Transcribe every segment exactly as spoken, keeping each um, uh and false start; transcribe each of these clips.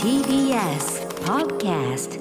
ティービーエス Podcast。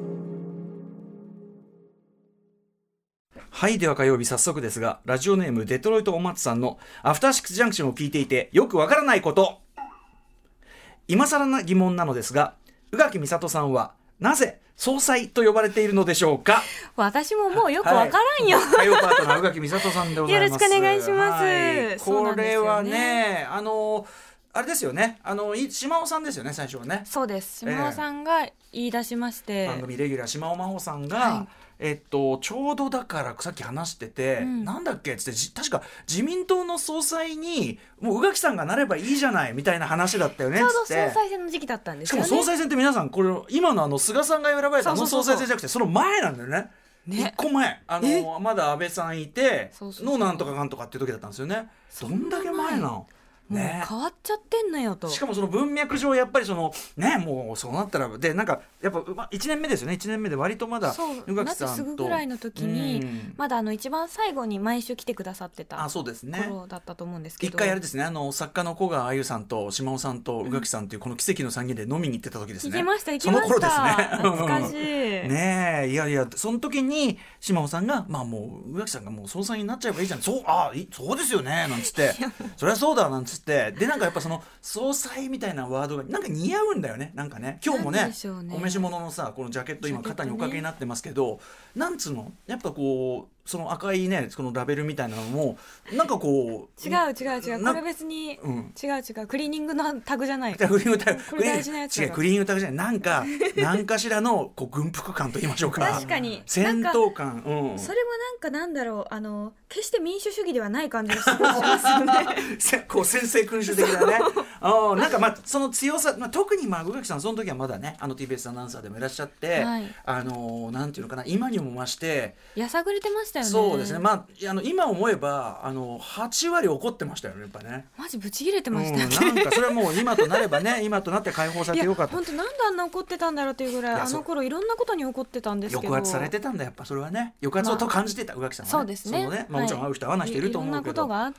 はい、では火曜日早速ですが、ラジオネームデトロイトお松さんのアフターシックスジャンクションを聞いていてよくわからないこと。今更な疑問なのですが、宇垣美里さんはなぜ総裁と呼ばれているのでしょうか。 私ももうよくわからんよ、 はい、火曜パートナー宇垣美里さんでございます。 よろしくお願いします、 はい、これは ね, ねあのあれですよね、あの島尾さんですよね、最初はね。 そうです、島尾さんが言い出しまして、 えー、番組レギュラー島尾真帆さんが、 はい、 えっと、ちょうどだからさっき話してて、うん、なんだっけっつって確か自民党の総裁にもう宇垣さんがなればいいじゃないみたいな話だったよね。 ちょうど総裁選の時期だったんですよね。 しかも総裁選って皆さんこれ今のあの菅さんが選ばれたあの総裁選じゃなくてその前なんだよね。ね、いっこまえあのまだ安倍さんいてのなんとかかんとかっていう時だったんですよね。どんだけ前なの。 ね、もう変わっちゃってんのよと。 しかもその文脈上やっぱりそのね、もうそうなったらでなんかやっぱ、まあ、いちねんめですよね。いちねんめで割とまだ宇垣さんとすぐぐらいの時に、うん、まだあの一番最後に毎週来てくださってた頃だったと思うんですけど、 一回あれですね、あの作家の古賀あゆさんと島尾さんと宇垣さんというこの奇跡のさんにんで飲みに行ってた時ですね。 行きました行きました。 その頃ですね。 懐かしいねえ、いやいやその時に島尾さんがまあもう宇垣さんがもう総裁になっちゃえばいいじゃん、そうあいそうですよねなんつってそりゃそうだなんつってでなんかやっぱその総裁みたいなワードがなんか似合うんだよね。なんかね今日も ね, ねお召し物のさこのジャケット今肩におかけになってますけど、ね、なんつうのやっぱこうその赤いねこのラベルみたいなのもなんかこう違う違う違うこれ別に、うん、違う違うクリーニングのタグじゃないクリーニングタグこれ大事なやつだ違うクリーニングタグじゃないなんか何かしらのこう軍服感と言いましょうか確かに戦闘感、うん、 それもなんかなんだろうあの決して民主主義ではない感じがしますよねこう先制君主的なねあなんかまあその強さ、まあ、特にまあ宇垣さんその時はまだねあの ティービーエス アナウンサーでもいらっしゃって、はい、あのなんていうのかな今にも増してやさぐれてましたよね。 そうですね、まあ、あの今思えばあのはち割怒ってましたよねやっぱね。 マジブチ切れてましたよね、 うん、なんかそれはもう今となればね今となって解放されてよかった。 本当なんであんな怒ってたんだろうっていうぐらいあの頃いろんなことに怒ってたんですけど抑圧されてたんだやっぱそれはね抑圧をと感じてた、まあ、宇垣さんはね。 そうですね、 そのね、まあ、もちろん会う人会わない人いると思うけど、 いろんなことがあって、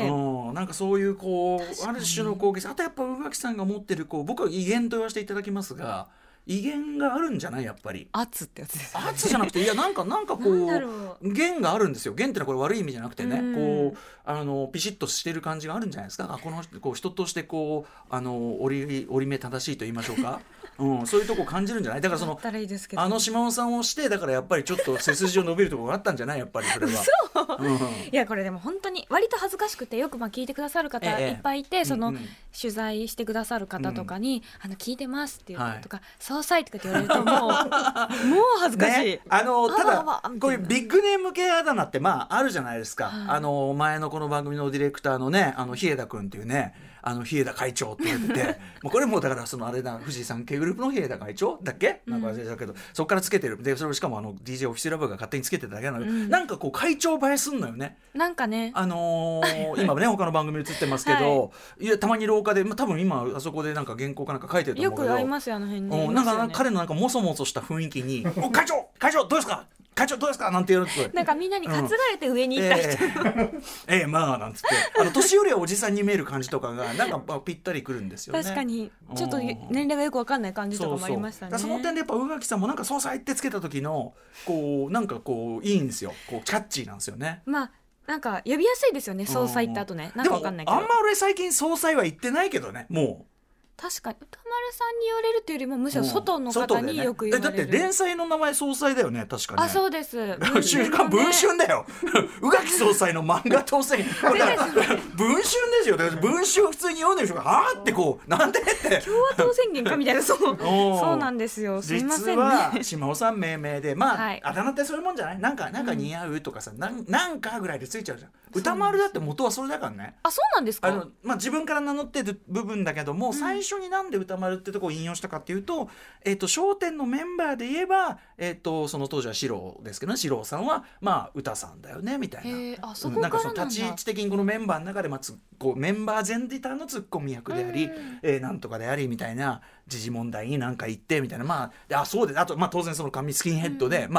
うん、なんかそういうこうある種の攻撃あとやっぱ宇垣さんが持ってるこう僕は威厳と言わせていただきますが威厳があるんじゃないやっぱり圧ってやつですね。 圧じゃなくていやなんかなんかこう弦があるんですよ。弦ってのはこれ悪い意味じゃなくてね、うん、こうあのピシッとしてる感じがあるんじゃないですか。このこう人としてこうあの折り折り目正しいと言いましょうか、うん、そういうとこ感じるんじゃない。だからそのいいですけどあの島尾さんをしてだからやっぱりちょっと背筋を伸びるところがあったんじゃないやっぱりそれはそう、うん、いやこれでも本当に割と恥ずかしくてよくまあ聞いてくださる方いっぱいいて、ええ、その、うんうん、取材してくださる方とかに、うん、あの聞いてますっていうのとか、はい、総裁とかって言われるともうもう恥ずかしい、 ね、あのただこういうビッグネーム系あだ名ってまああるじゃないですか、はい、あの前のこの番組のディレクターのねあの日枝君っていうねあの日枝会長って言っててもうこれもだからそのあれだ藤井さん系グループの日枝会長だっけなんか忘れたけど、うん、そこからつけてるでそれをしかもあの ディージェー オフィスラブが勝手につけてただけなので、うん、なんかこう会長映えすんのよね。 なんかねあのー、今ね他の番組映ってますけど、はい、いやたまに廊下で、まあ、多分今あそこでなんか原稿かなんか書いてると思うけどよく会いますよあの辺に、 うん、なんか彼のなんかもそもそした雰囲気にお会長会長どうですか会長どうですかなんて言うとなんかみんなに担がれて上に行った人、 うん、えー、えー、まあなんつってあの年寄りはおじさんに見える感じとかがなんかぴったりくるんですよね。 確かにちょっと年齢がよく分かんない感じとかもありましたね。 そうそうその点でやっぱ宇垣さんもなんか総裁ってつけた時のこうなんかこういいんですよ。こうキャッチーなんですよね。 まあなんか呼びやすいですよね総裁ってあとねなんか分かんないけどでもあんま俺最近総裁は言ってないけどねもう確かに歌丸さんに言われるっていうよりもむしろ外の方によく言われる、 ね、だって連載の名前総裁だよね確かに、ね、 あそうです週刊文春だよ宇垣総裁の漫画当選文春ですよ。だから文春普通に読んでる人がはーってこうなんでって共和党宣言かみたいなそうそうなんですよすいませんね。 実は島尾さん命名でまあ、はい、あだ名ってそういうもんじゃないなんかなんか似合うとかさ、うん、なんなんかぐらいでついちゃうじゃん。歌丸だって元はそれだからね。 あそうなんですか。 あの、まあ、自分から名乗ってる部分だけども、うん、最初になんで歌丸ってとこを引用したかっていうと、えーと、笑点のメンバーで言えば、えーと、その当時は四郎ですけどね四郎さんはまあ歌さんだよねみたいな。 へあそこからなんだ、 うん、なんかその立ち位置的にこのメンバーの中で、まあ、つこうメンバー全体のツッコミ役であり、えー、なんとかでありみたいな時事問題に何か言ってみたいなまああそうであと、まあ、当然その髪スキンヘッドで、うんまあ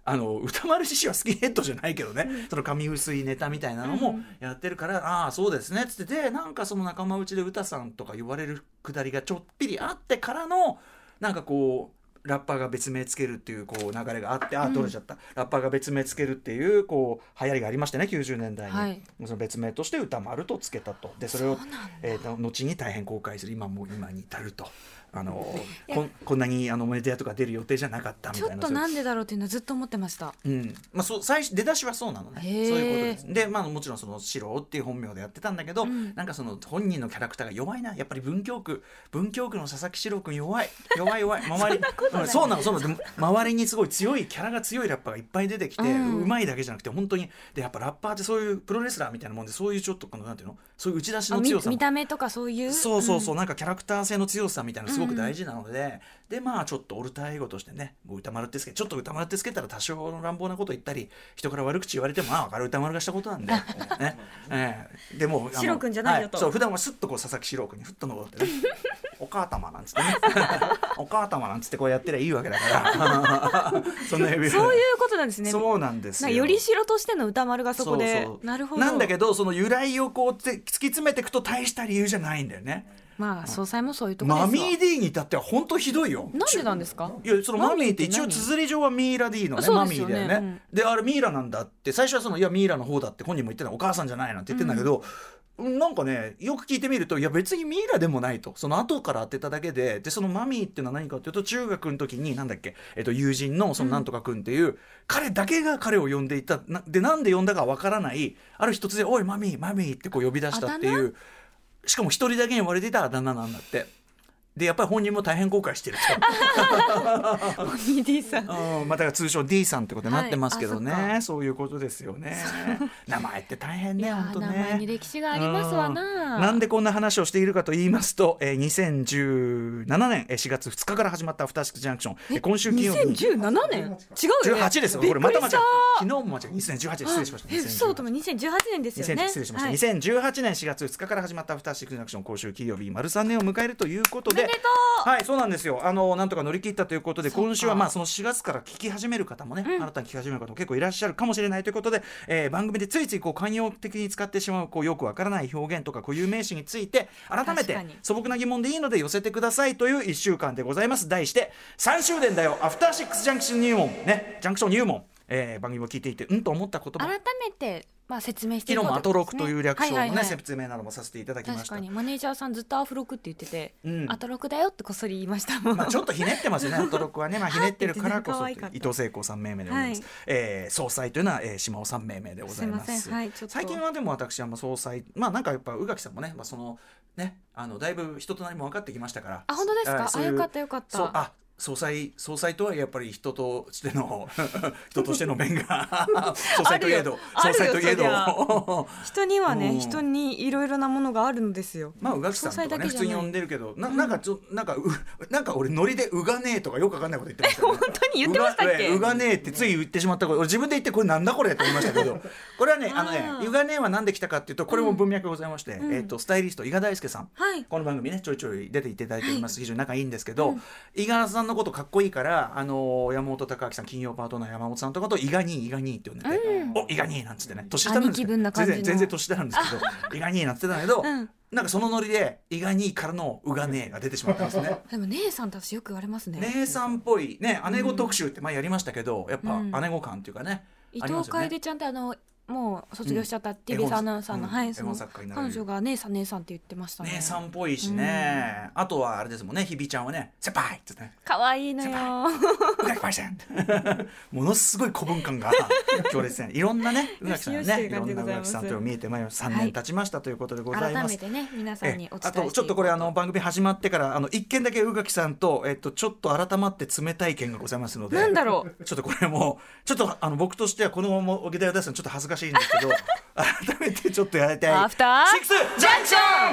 あの歌丸師匠はスキンヘッドじゃないけどね、うん、その髪薄いネタみたいなのもやってるから、うん、ああそうですねっつってでなんかその仲間内で歌さんとか言われるくだりがちょっぴりあってからのなんかこうラッパーが別名つけるっていうこう流れがあって、ああ取れちゃった、うん、ラッパーが別名つけるっていうこう流行りがありましてねきゅうじゅうねんだいに、はい、その別名として歌丸とつけたと。でそれを、えー、後に大変公開する今も今に至ると。あの こ, こんなにあのメディアとか出る予定じゃなかったみたいな。 ちょっとなんでだろうっていうのはずっと思ってました、 うんまあ、そう最初出だしはそうなのね。そういうことですで、まあ、もちろんそのシローっていう本名でやってたんだけど、うん、なんかその本人のキャラクターが弱いなやっぱり文京区文京区の佐々木シロー君弱い弱い弱い周りそうなのそうなの周りにすごい強いキャラが強いラッパーがいっぱい出てきて、うん、うまいだけじゃなくて本当にでやっぱラッパーってそういうプロレスラーみたいなもんでそういうちょっとこのなんていうのそういう打ち出しの強さ見, 見た目とかそういうそうそうそう、うん、なんかキャラクター性の強さみたいなのすごく大事なので、うんでまあちょっとオルターエゴとしてね歌丸ってつけちょっと歌丸ってつけたら多少の乱暴なこと言ったり人から悪口言われてもああ分かる歌丸がしたことなんで、ねえー、でもシロ君じゃないよと、 はい、そう普段はスッとこう佐々木シロ君にふっと登ってねお母玉なんつってねお母玉なんつってこうやってりゃいいわけだからそんな指そういうことなんですね。 そうなんですよ。 よりしろとしての歌丸がそこでそうそうなるほどなんだけどその由来をこう突き詰めていくと大した理由じゃないんだよね。 まあ総裁もそういうところですわ。 マミー D に至っては本当ひどいよ。 なんでなんですか。 いやそのマミーって一応綴り上はミイラ D のねマミーだよね、うん、であれミイラなんだって最初はそのいやミイラの方だって本人も言ってたお母さんじゃないなんて言ってんだけど、うん、なんかねよく聞いてみるといや別にミイラでもないとその後から当てただけででそのマミーっていうのは何かっていうと中学の時になんだっけ、えっと、友人のそのなんとかくんっていう、うん、彼だけが彼を呼んでいたなでなんで呼んだかわからないある日突然おいマミーマミーってこう呼び出したっていうしかも一人だけに言われていたあだ名なんだって。でやっぱり本人も大変後悔してると本人 D さん、 うん、まあ、だから通称 D さんってことになってますけどね、はい、そ, そういうことですよね名前って大変ね本当ね。 名前に歴史がありますわな、 うん、なんでこんな話をしているかと言いますと、えー、にせんじゅうななねんしがつふつかから始まったアフターシックスジャンクション、え今週金曜日ににせんじゅうななねん違うよねじゅうはちですよこれまたまた昨日も間違えにせんじゅうはち失礼しましたえそうともにせんじゅうはちねんですよね失礼しました、はい、にせんじゅうはちねんしがつふつかから始まったアフターシックスジャンクション今週金曜日丸さんねんを迎えるということでおめでとう。 はいそうなんですよ。あのなんとか乗り切ったということで今週はまあそのしがつから聞き始める方もね、うん、新たに聞き始める方も結構いらっしゃるかもしれないということで、えー、番組でついついこう慣用的に使ってしまうこうよくわからない表現とか固有名詞について改めて素朴な疑問でいいので寄せてくださいといういっしゅうかんでございます。題してさんしゅうねんだよアフターシックスジャンクション入門ねジャンクション入門、えー、番組を聞いていてうんと思った言葉改めてまあ、説明していくことですね。昨日もアトロクという略称の、ねはいはいはい、説明などもさせていただきました。 確かにマネージャーさんずっとアフロクって言ってて、うん、アトロクだよってこっそり言いましたもん、 まあ、ちょっとひねってますよねアトロクはね、まあ、ひねってるからこそ伊藤聖子さん命名でございます、はいえー、総裁というのは、えー、島尾さん命名でございます。 すいません、はい、ちょっと最近はでも私は総裁まあなんかやっぱ宇垣さんもね、まあ、そのねあのだいぶ人となりも分かってきましたから。 あ本当ですか。あよかったよかった。 そうあ総裁総裁とはやっぱり人としての人としての面が総裁といえど総裁といえど人にはね、うん、人にいろいろなものがあるんですよ。 まあ宇垣さんとかね普通に呼んでるけど な, なんかちょなんかうなんか俺ノリでうがねえとかよくわかんないこと言ってましたよね。 本当に言ってましたっけ。 うがねえってつい言ってしまったこと俺自分で言ってこれなんだこれと思いましたけどこれはねあのねうがねえはなんで来たかっていうとこれも文脈がございまして、うんえー、とスタイリスト伊賀大輔さん、はい、この番組ねちょいちょい出ていただいています、はい、非常に仲いいんですけど、うん、伊賀さんのことかっこいいからあの山本隆明さん金曜パートナー山本さんとかと伊賀兄伊賀兄って呼んでて、うん、お伊賀兄なんつってね年下なんですけど全然全然年下なんですけど伊賀兄なんて言ってたんだけど、うん、なんかそのノリで伊賀兄からのうがねえが出てしまったんですね。 でも姉さんたちよく言われますね。 姉さんっぽいね姉子特集って前やりましたけど、やっぱ姉子感っていうかね、 うん、伊藤楓ちゃんってあのもう卒業しちゃった ティービーエス アナウンサーの、うん、はい、その彼女が姉さん姉さんって言ってましたね。 姉さんっぽいしね、うん、あとはあれですもんね、ひびちゃんはね先輩ってね可愛いのよ宇垣さんものすごい古文感が強烈ね。いろんなね宇垣さんねいろんな宇垣さんというのが見えてまいりました。さんねん経ちましたということでございます、 はい、改めてね皆さんにお伝えしていく。 あとちょっとこれあの番組始まってからあの一件だけ宇垣さんと、えっと、ちょっと改まって冷たい件がございますので、 なんだろうちょっとこれもちょっとあの僕としてはこのままお議題を出すのちょっと恥ずかしいんですけど改めてちょっとやりたいアフターシックスジャンクシ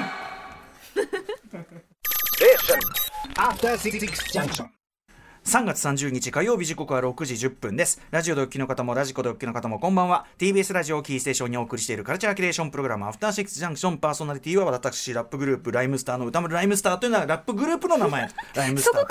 ョンアフターシックスジャンクションさんがつさんじゅうにち火曜日時刻はろくじじゅっぷんです。ラジオでお聞きの方もラジコでお聞きの方もこんばんは。 ティービーエス ラジオキーステーションにお送りしているカルチャーキュレーションプログラムアフターシックスジャンクション、パーソナリティは私ラップグループライムスターの歌丸ライムスターというのはラップグループの名前ライムスターそこから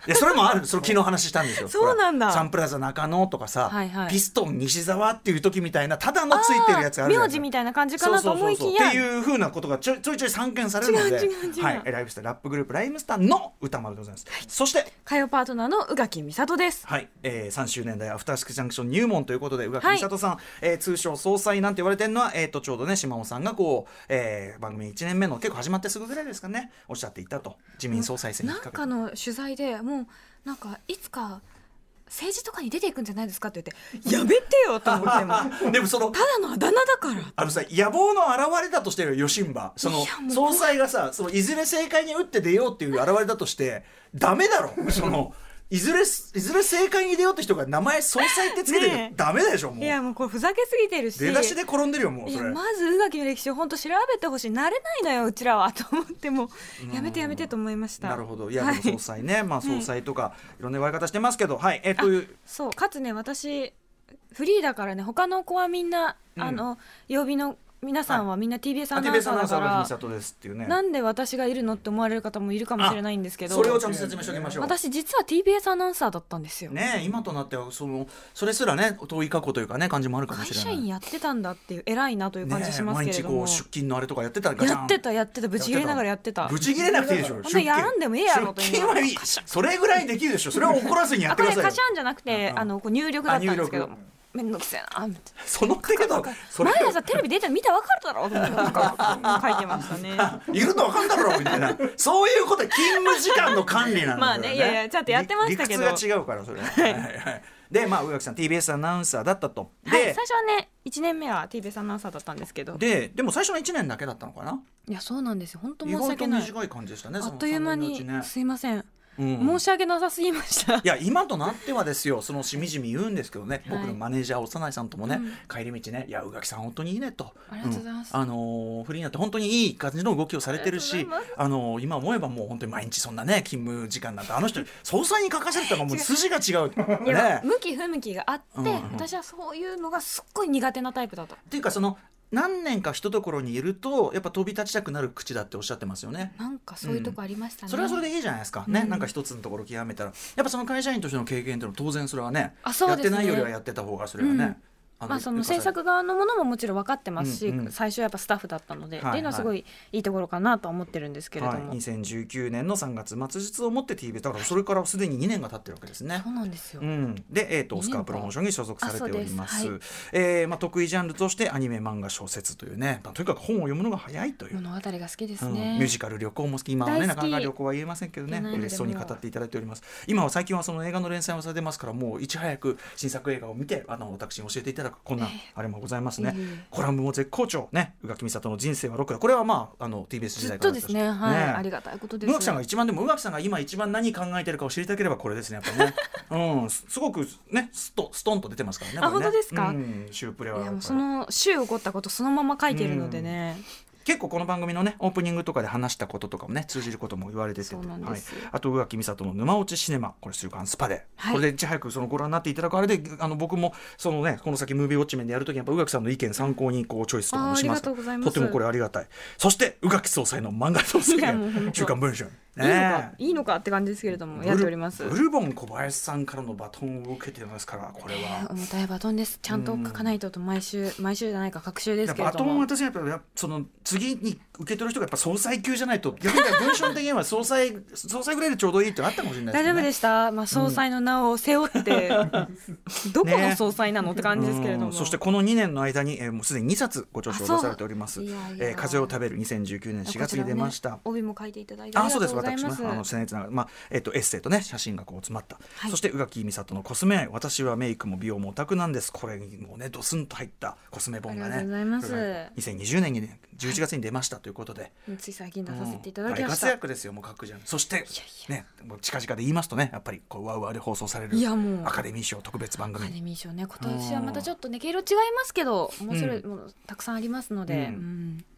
でそれもある、それ昨日話したんですよ。 そうなんだ。 サンプラザ中野とかさ、 はいはい、 ピストン西沢っていう時みたいなただのついてるやつがあるじゃないですか。 名字みたいな感じかなと思いきや、 そうそうそうそうっていう風なことがちょいちょいちょい散見されるので、 違う違う違う、 はい、ライブスターラップグループライムスターの歌丸でございます、はい、そして火曜パートナーの宇垣美里です。 はい、えー、さんしゅうねんだいアフターシックスジャンクション入門ということで宇垣美里さん、はい、えー、通称総裁なんて言われてるのは、えー、とちょうどね島尾さんがこう、えー、番組いちねんめの結構始まってすぐぐらいですかねおっしゃっていたと、自民総裁選になんかの取材でもうなんかいつか政治とかに出ていくんじゃないですかって言ってやめてよと思ってもでもそのただのあだ名だからあのさ野望の表れだとしてるよ吉ンその総裁がさそのいずれ政界に打って出ようっていう表れだとしてダメだろそのいずれいずれ政界に出ようって人が名前総裁ってつけてる、ね、ダメでしょもう。 いやもうこれふざけすぎてるし出だしで転んでるよもうそれ。 いやまず宇垣の歴史を本当調べてほしい、慣れないのようちらはと思ってもやめてやめてと思いました。 なるほど。いやでも総裁ね、はい、まあ総裁とかいろんな言われ方してますけど、はい、えー、というそうかつね私フリーだからね他の子はみんな、うん、あの曜日の皆さんはみんな ティービーエス アナウンサーだから、はい、なんで私がいるのって思われる方もいるかもしれないんですけど、 それをちゃんと説明しておきましょう。 私実は ティービーエス アナウンサーだったんですよね。今となってはそのそれすらね遠い過去というかね感じもあるかもしれない。 会社員やってたんだっていう偉いなという感じしますけれども、 ね、毎日こう出勤のあれとかやってたガチャンやってたやってたブチ切れながらやってた。 ブチ切れなくていいでしょ。 本当やらんでもええやろと出勤はいい、それぐらいできるでしょ。それは怒らずにやってくださいよ。 これカシャンじゃなくて、うん、あのこう入力だったんですけどめんどくせえなその程度毎朝テレビ出て見たら分かるだろうと思ってなんか書いてましたねいるの分かるだろうみたいなそういうこと勤務時間の管理なんだよね。 まあねいやいやちゃんとやってましたけど理屈が違うからそれは、はいはいはい、でまあ宇垣さん ティービーエス アナウンサーだったと。で、 はい、最初はねいちねんめは ティービーエス アナウンサーだったんですけど、 ででも最初のいちねんだけだったのかな。 いやそうなんですよ本当申し訳ない。 意外と短い感じでしたね。 あっという間に、ね、すいませんうん、申し訳なさすぎました。いや今となってはですよそのしみじみ言うんですけどね、はい、僕のマネージャー長内さんともね、うん、帰り道ねいや宇垣さん本当にいいねとありがとうございます、 うん、あのー、フリーになって本当にいい感じの動きをされてるしあ、あのー、今思えばもう本当に毎日そんなね勤務時間なんてあの人総裁に書かせるとかもう筋が違ういや、ね、向き不向きがあって、うんうん、私はそういうのがすっごい苦手なタイプだと。 っていうかその何年か一ところにいるとやっぱ飛び立ちたくなる口だっておっしゃってますよね。 なんかそういうとこありましたね、 うん、それはそれでいいじゃないですか、ね、うん、なんか一つのところ極めたらやっぱその会社員としての経験っていうのは当然それは ね, あそうですねやってないよりはやってた方がそれはね、うんまあ、その制作側のものももちろん分かってますし、うんうん、最初はやっぱスタッフだったので、はいはい、っていうのはすごいいいところかなと思ってるんですけれども、 はい、にせんじゅうきゅうねんのさんがつ末日をもって ティービーエス だからそれからすでににねんが経ってるわけですね。 そうなんですよ、 うん、で、えーと、オスカープロモーションに所属されております。はいえーまあ、得意ジャンルとしてアニメ漫画小説というね、まあ、とにかく本を読むのが早いという物語が好きですね、うん、 ミュージカル旅行も好き今はねなかなか旅行は言えませんけどね嬉しそうに語っていただいております。今は最近はその映画の連載をされてますからもういち早く新作映画を見てあの私に教えていただくこんな、えー、あれもございますね、えー、コラムも絶好調ね宇垣美里の人生はロックだこれはまああの ティービーエス 時代からずっとですね、はいね、ありがたいことです。 宇垣さんが一番でも宇垣さんが今一番何考えてるかを知りたければこれですねやっぱりね、うん、すごくねストストンと出てますからね。 あ、本当ですか、 うん、週プレはいやもうその週起こったことそのまま書いてるのでね、 うん結構この番組のねオープニングとかで話したこととかもね通じることも言われててそうなんです、 はい、あと宇垣美里の沼落ちシネマこれ週刊スパで、はい、これでいち早くそのご覧になっていただくあれであの僕もそのねこの先ムービーウォッチメンでやるときにやっぱ宇垣さんの意見参考にこうチョイスとかもします。 ありがとうございます。 とてもこれありがたい。そして宇垣総裁の漫画総裁週刊文春いいのか、いいのかって感じですけれどもやっております。 ブルボン小林さんからのバトンを受けてますからこれは、 えー、重たいバトンです。ちゃんと書かないとと毎週毎週じゃないか各週ですけれどもバトン私はやっぱその次に受け取る人がやっぱ総裁級じゃないと逆に文章的には総裁総裁ぐらいでちょうどいいってあったかもしれないですね。 大丈夫でした、まあ、総裁の名を背負って、うん、どこの総裁なのって感じですけれども、 そしてこのにねんの間に、えー、もうすでににさつご著書を出されております。いやいや、えー、風を食べるにせんじゅうきゅうねんしがつに出ました、 ね、帯も書いていただいてありがとうございます。 あ、そうです私もあの僭越ながら、まあえー、とエッセイとね写真がこう詰まった、はい、そして宇垣美里のコスメ愛私はメイクも美容もオタクなんですこれにもうねドスンと入ったコスメ本がねありがとうございますにせんにじゅうねんに、ね、じゅういちがつに出ましたということで、 はい、つい最近出させていただきました、 うん、大活躍ですよもう各ジャンル。そしていやいや、ね、もう近々で言いますとねやっぱりこうワウワウで放送されるいやもうアカデミー賞特別番組アカデミー賞ね今年はまたちょっとね毛色違いますけど面白い、うん、もうたくさんありますので、うんうん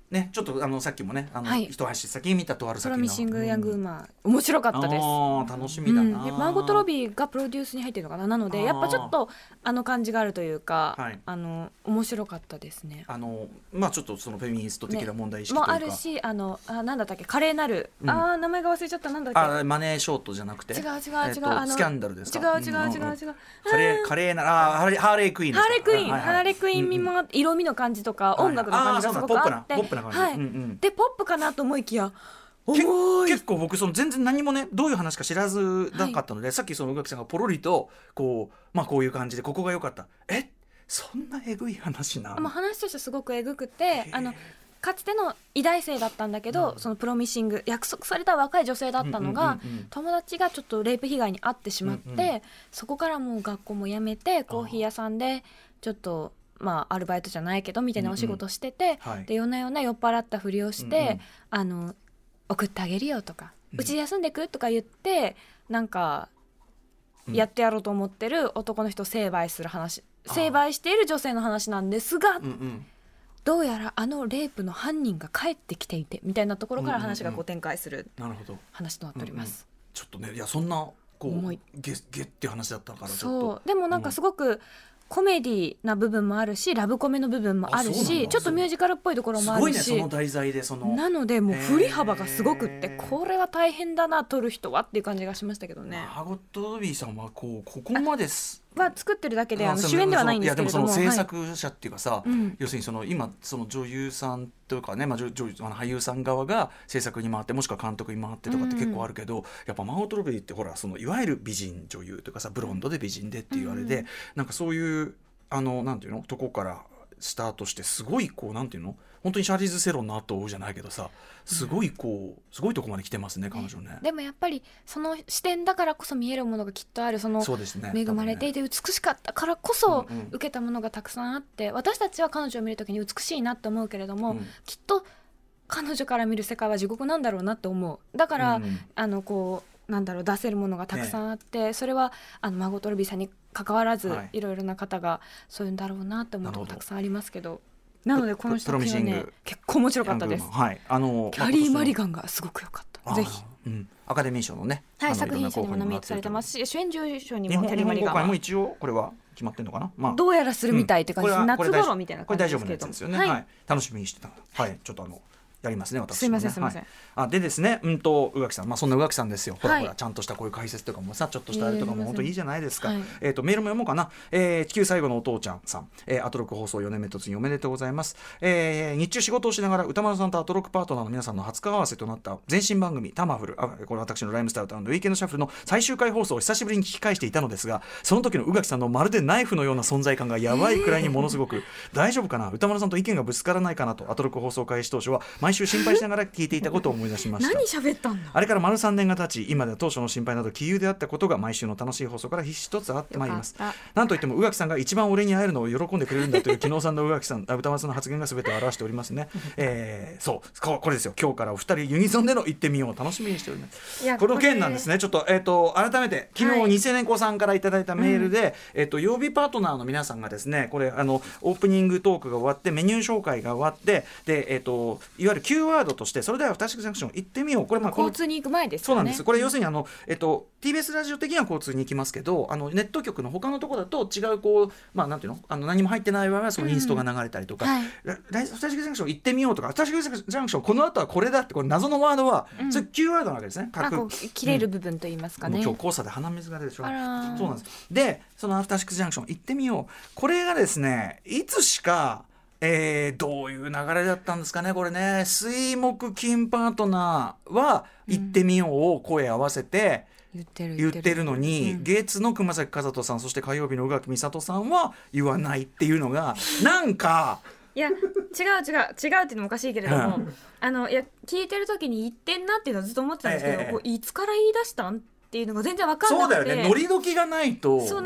ね、ちょっとあのさっきもねあの、 はい、 一足先に見たとある先のプロミシング・ヤング・ウーマン、うん、面白かったです。 あ楽しみだな、 うん、でマーゴット・ロビーがプロデュースに入ってるのかな。なのでやっぱちょっとあの感じがあるというか、はい、あの面白かったですね。 あのまあちょっとそのフェミニスト的な問題意識というか、 ね、もあるし、あのあなんだったっけ、華麗なる、うん、あ名前が忘れちゃった、なんだっけ、 あマネーショートじゃなくて違う違う違う、 えー、あのスキャンダルですか。 違う違う違う違う、うん、 華麗華麗なあハーレーハーレークイーンですか。 ハーレークイーン、はいはい、ハーレークイーン見も、うんうん、色味の感じとか音楽の感じがすごくあって、 ポップな感じ、 はい、 うんうん、 でポップかなと思いきや結構僕その全然何もねどういう話か知らずなかったので、はい、さっきその宇垣さんがポロリとこうまあこういう感じでここが良かった、えそんなえぐい話な、 まあ、話としてすごくえぐくて、あのかつての医大生だったんだけど、うん、そのプロミシング約束された若い女性だったのが、うんうんうんうん、友達がちょっとレイプ被害に遭ってしまって、うんうん、そこからもう学校も辞めてコーヒー屋さんでちょっとまあアルバイトじゃないけどみたいなお仕事してて、うんうん、で夜な夜な酔っ払ったふりをして、うんうん、あの送ってあげるよとか、うちで休んでくとか言ってなんかやってやろうと思ってる男の人を成敗する話、成敗している女性の話なんですが、うんうん、どうやらあのレイプの犯人が帰ってきていてみたいなところから話がこう展開する話となっております、 うんうん、ちょっとねいやそんなこうゲゲっていう話だったからちょっとそうでもなんかすごく、うんコメディな部分もあるしラブコメの部分もあるしちょっとミュージカルっぽいところもあるし、 すごいねその題材でそのなのでもう振り幅がすごくってこれは大変だな撮る人はっていう感じがしましたけどね。 マーゴット・ロビーさんはこうここまですは作ってるだけであの主演ではないんですけれども、 いやでもその制作者っていうかさ、 はい、 要するにその今その女優さんというかね、まあ、女女あの俳優さん側が制作に回ってもしくは監督に回ってとかって結構あるけど、うん、やっぱマーゴット・ロビーってほらそのいわゆる美人女優というかさブロンドで美人でっていうあれで、うん、なんかそういうあのなんていうのとこからスタートしてすごいこうなんていうの本当にシャーリーズ・セロンの後じゃないけどさすごいこうすごいとこまで来てますね彼女ね。 でもやっぱりその視点だからこそ見えるものがきっとある。そのそうですね、 恵まれていて美しかったからこそ受けたものがたくさんあって、うんうん、私たちは彼女を見るときに美しいなって思うけれども、うん、きっと彼女から見る世界は地獄なんだろうなって思う。だから、うん、あのこうなんだろう出せるものがたくさんあって、ね、それはあのマーゴット・ロビーさんに関わらず、はい、いろいろな方がそういうんだろうなって思うとこたくさんありますけど、なのでこの人たちはね結構面白かったです、 はい、あのキャリー・マリガンがすごく良かった。ぜひ、 うん、アカデミー賞のね、 はい、作品賞にもノミネートされてますし主演女優賞にもキャリー・マリガンは日本公開も一応これは決まってるのかな、まあ、 どうやらするみたいって感じです、うん、夏頃みたいな感じですけどこれ大丈夫なやつですよね、はいはい、楽しみにしてた、はい、ちょっとあのやりますね私もね。 すいませんすいません、 はい、あでですねうんと宇垣さん、まあ、そんな宇垣さんですよ、はい、ほらほらちゃんとしたこういう解説とかもさちょっとしたあれとかも本当にいいじゃないですか、はい、えー、とメールも読もうかな、えー、地球最後のお父ちゃんさん、えー、アトロック放送よねんめ突入おめでとうございます、えー、日中仕事をしながら歌丸さんとアトロックパートナーの皆さんの初顔合わせとなった前身番組タマフル、あこれ私のライムスタート&ウィーケンドシャッフルの最終回放送を久しぶりに聞き返していたのですが、その時の宇垣さんのまるでナイフのような存在感がやばいくらいにものすごく、えー、大丈夫かな歌丸さんと意見がぶつからないかなとアトロック放送開始当初は毎週心配しながら聞いていたことを思い出しました。 何喋ったんだ。 あれから丸さんねんが経ち今では当初の心配など杞憂であったことが毎週の楽しい放送から一つあってまいります。なんといっても宇垣さんが一番俺に会えるのを喜んでくれるんだという昨日さんの宇垣さん歌丸さんの発言が全てを表しておりますね、えー、そうこれですよ。今日からお二人ユニゾンでの行ってみよう楽しみにしております。この件なんですね。ちょっと、えー、と改めて昨日、はい、に青年子さんからいただいたメールで、うんえー、と曜日パートナーの皆さんがですねこれあのオープニングトークが終わってメニュー紹介が終わってで、えー、といわゆる Q ワードとしてそれではアフターシックスジャンクション行ってみよう。これまあ交通に行く前ですよね。 そうなんです。これ要するにあの、えっと、ティービーエス ラジオ的には交通に行きますけどあのネット局の他のところだと違うこう、まあ、なんていうのあの何も入ってない場合はそのインストが流れたりとか、うんはい、アフターシックスジャンクション行ってみようとかアフターシックスジャンクションこの後はこれだってこれ謎のワードは、うん、それ Q ワードなわけですね。 あこう切れる部分といいますかね、 うん、今日黄砂で鼻水が出るでしょ。そうなんです。でそのアフターシックスジャンクション行ってみようこれがですねいつしかえー、どういう流れだったんですかねこれね。水木金パートナーは行ってみようを声合わせて言ってる、言ってるのに、うん、月の熊崎和人さんそして火曜日の宇垣美里さんは言わないっていうのがなんかいや違う違う違うっていうのもおかしいけれどもあのいや聞いてる時に言ってんなっていうのはずっと思ってたんですけど、ええ、こういつから言い出したんっていうのが全然分かんなくて。 そうだよね。ノリ時がないとそうなんか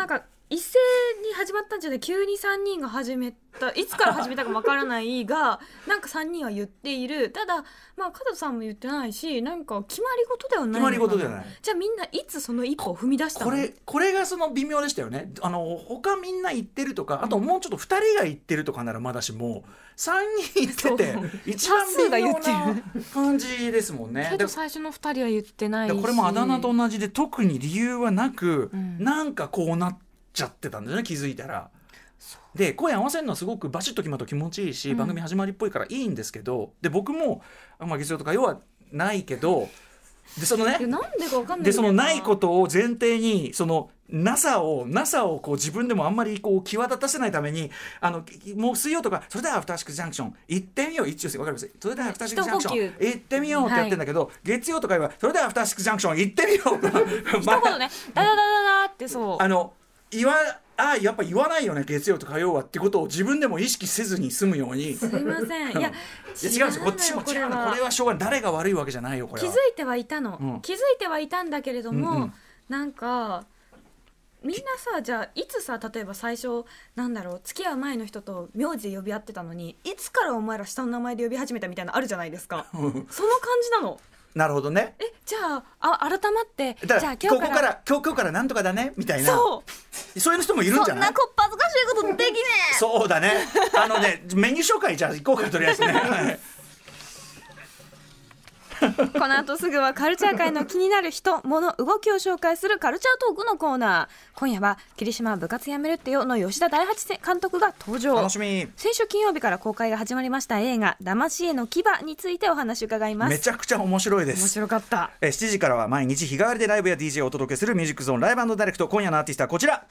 一斉に始まったんじゃない、急にさんにんが始めた、いつから始めたかわからないがなんかさんにんは言っている。ただまあ加藤さんも言ってないし、なんか決まり事ではないのかな。 決まり事ではない。 じゃあみんないつその一歩を踏み出したの。 これこれがその微妙でしたよね。あの他みんな言ってるとか、あともうちょっとふたりが言ってるとかならまだしも、さんにん言ってて一番微妙な感じですもんね。 けど最初のふたりは言ってないし、 これもあだ名と同じで特に理由はなく、 うん、なんかこうなっちゃってたんですよね、気づいたら。で声合わせるのはすごくバシッと決まると気持ちいいし、うん、番組始まりっぽいからいいんですけど、で僕もあんま月曜とか要はないけど、でそのね、 なんでかわかんないでそのないことを前提に、そのなさをなさをこう自分でもあんまりこう際立たせないために、あのもう水曜とかそれではアフターシックスジャンクション行ってみよう、一応わかります、それではアフターシックスジャンクション行ってみようってやってるんだけど、はい、月曜とかはそれではアフターシックスジャンクション行ってみよう一言ね、ダダダダダってそうあの言わあやっぱ言わないよね、月曜と火曜はってことを自分でも意識せずに済むように。 すいません、いや違うんですよ、こっちも違うの、これはしょうがない、誰が悪いわけじゃないよ、これは。 気づいてはいたの、うん、気づいてはいたんだけれども、うんうん、なんかみんなさ、じゃあいつさ、例えば最初なんだろう、付き合う前の人と名字で呼び合ってたのに、いつからお前ら下の名前で呼び始めたみたいなのあるじゃないですかその感じなの。 なるほどね。 えじゃあ、あ改まってじゃあ今日からここから今日今日からなんとかだねみたいな、そうそういう人もいるんじゃない。 そんなこっぱずかしいことできねえそうだね、あのねメニュー紹介じゃあ行こうか、とりあえずねこの後すぐはカルチャー界の気になる人物動きを紹介するカルチャートークのコーナー。今夜は霧島部活やめるってよの吉田大八監督が登場。 楽しみ。 先週金曜日から公開が始まりました映画騙し絵の牙についてお話を伺います。 めちゃくちゃ面白いです。 面白かった。 えしちじからは毎日日替わりでライブや ディージェー をお届けするミュージックゾーンライブ&ダイレクト。今夜のアーティストはこちら。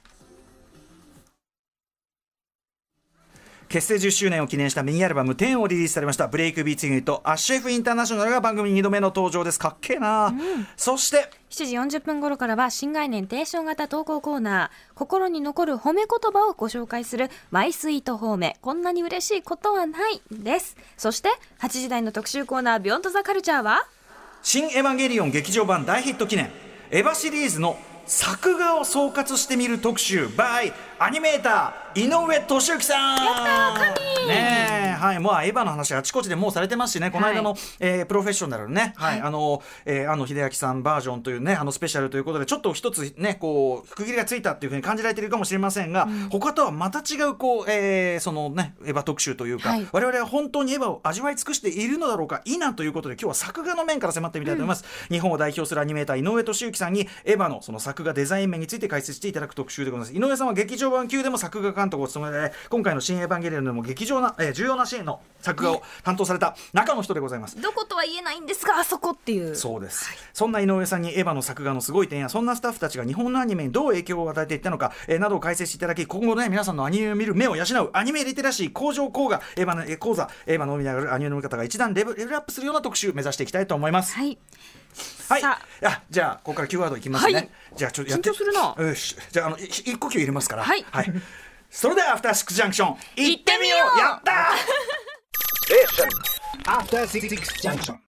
結成じゅっしゅうねんを記念したミニアルバムテンをリリースされましたブレイクビーツユニットアッシェフインターナショナルが番組にどめの登場です。かっけえな、うん、そしてしちじよんじゅっぷん頃からは新概念テンション型投稿コーナー、心に残る褒め言葉をご紹介するマイスイート褒め、こんなに嬉しいことはないです。そしてはちじ台の特集コーナービヨンドザカルチャーは新エヴァンゲリオン劇場版大ヒット記念エヴァシリーズの作画を総括してみる特集 by アニメーター井上俊之さん。 やったー神ねえ、はい、もうエヴァの話あちこちでもうされてますしね、この間の、はいえー、プロフェッショナルね、はい、はい、あの、えー、庵野秀明さんバージョンというね、あのスペシャルということでちょっと一つねこう区切りがついたっていうふうに感じられているかもしれませんが、うん、他とはまた違うこう、えー、そのねエヴァ特集というか、はい、我々は本当にエヴァを味わい尽くしているのだろうか否ということで、今日は作画の面から迫ってみたいと思います、うん、日本を代表するアニメーター井上俊之さんにエヴァのその作画デザイン面について解説していただく特集でございます。井上さんは劇場版級でも作画監督を務められ、今回の新エヴァンゲリオンでも劇場な、えー、重要なシーンの作画を担当された中の人でございます。 どことは言えないんですがあそこっていう。 そうです、はい、そんな井上さんにエヴァの作画のすごい点や、そんなスタッフたちが日本のアニメにどう影響を与えていったのか、えー、などを解説していただき、今後ね皆さんのアニメを見る目を養うアニメリテラシー向上講座エヴァの、えー、講座エヴァのみながらアニメの見方が一段レベル、レベルアップするような特集目指していきたいと思います。 はいはい、あじゃあここからキーワードいきますね、はい、じゃあちょっとやって緊張するな。 よし、じゃああの一呼吸入れますから、 はい、 はい、それではアフターシックスジャンクション行ってみよう。 やったーアフターシックスジャンクション。